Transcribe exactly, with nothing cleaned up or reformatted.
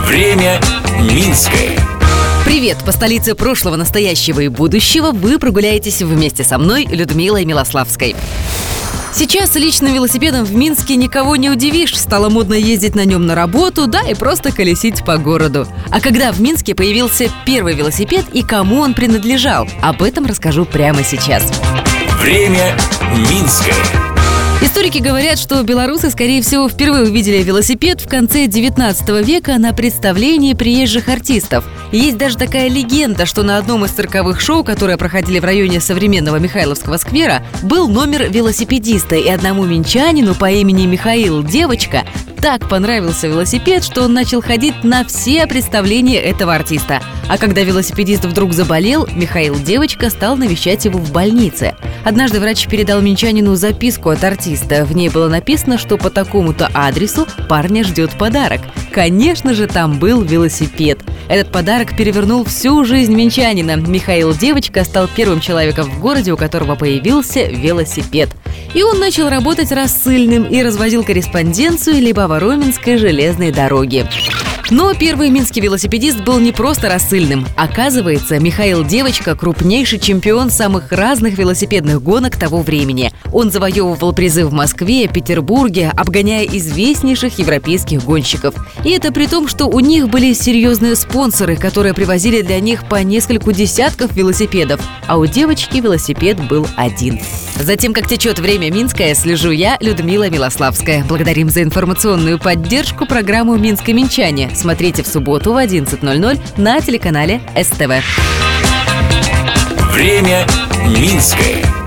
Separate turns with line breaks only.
Время Минское.
Привет! По столице прошлого, настоящего и будущего вы прогуляетесь вместе со мной, Людмилой Милославской. Сейчас личным велосипедом в Минске никого не удивишь. Стало модно ездить на нем на работу, да и просто колесить по городу. А когда в Минске появился первый велосипед и кому он принадлежал? Об этом расскажу прямо сейчас.
Время Минское.
Историки говорят, что белорусы, скорее всего, впервые увидели велосипед в конце девятнадцатого века на представлении приезжих артистов. Есть даже такая легенда, что на одном из цирковых шоу, которые проходили в районе современного Михайловского сквера, был номер велосипедиста, и одному минчанину по имени Михаил Девочка так понравился велосипед, что он начал ходить на все представления этого артиста. А когда велосипедист вдруг заболел, Михаил Девочка стал навещать его в больнице. Однажды врач передал минчанину записку от артиста. В ней было написано, что по такому-то адресу парня ждет подарок. Конечно же, там был велосипед. Этот подарок перевернул всю жизнь минчанина. Михаил Девочка стал первым человеком в городе, у которого появился велосипед. И он начал работать рассыльным и развозил корреспонденцию Либава-Роменской железной дороги. Но первый минский велосипедист был не просто рассыльным. Оказывается, Михаил Девочка – крупнейший чемпион самых разных велосипедных гонок того времени. Он завоевывал призы в Москве, Петербурге, обгоняя известнейших европейских гонщиков. И это при том, что у них были серьезные спонсоры, которые привозили для них по нескольку десятков велосипедов. А у Девочки велосипед был один. За тем, как течет время Минское, слежу я, Людмила Милославская. Благодарим за информационную поддержку программу «Минское минчане». Смотрите в субботу в одиннадцать ноль ноль на телеканале СТВ.
Время Минское.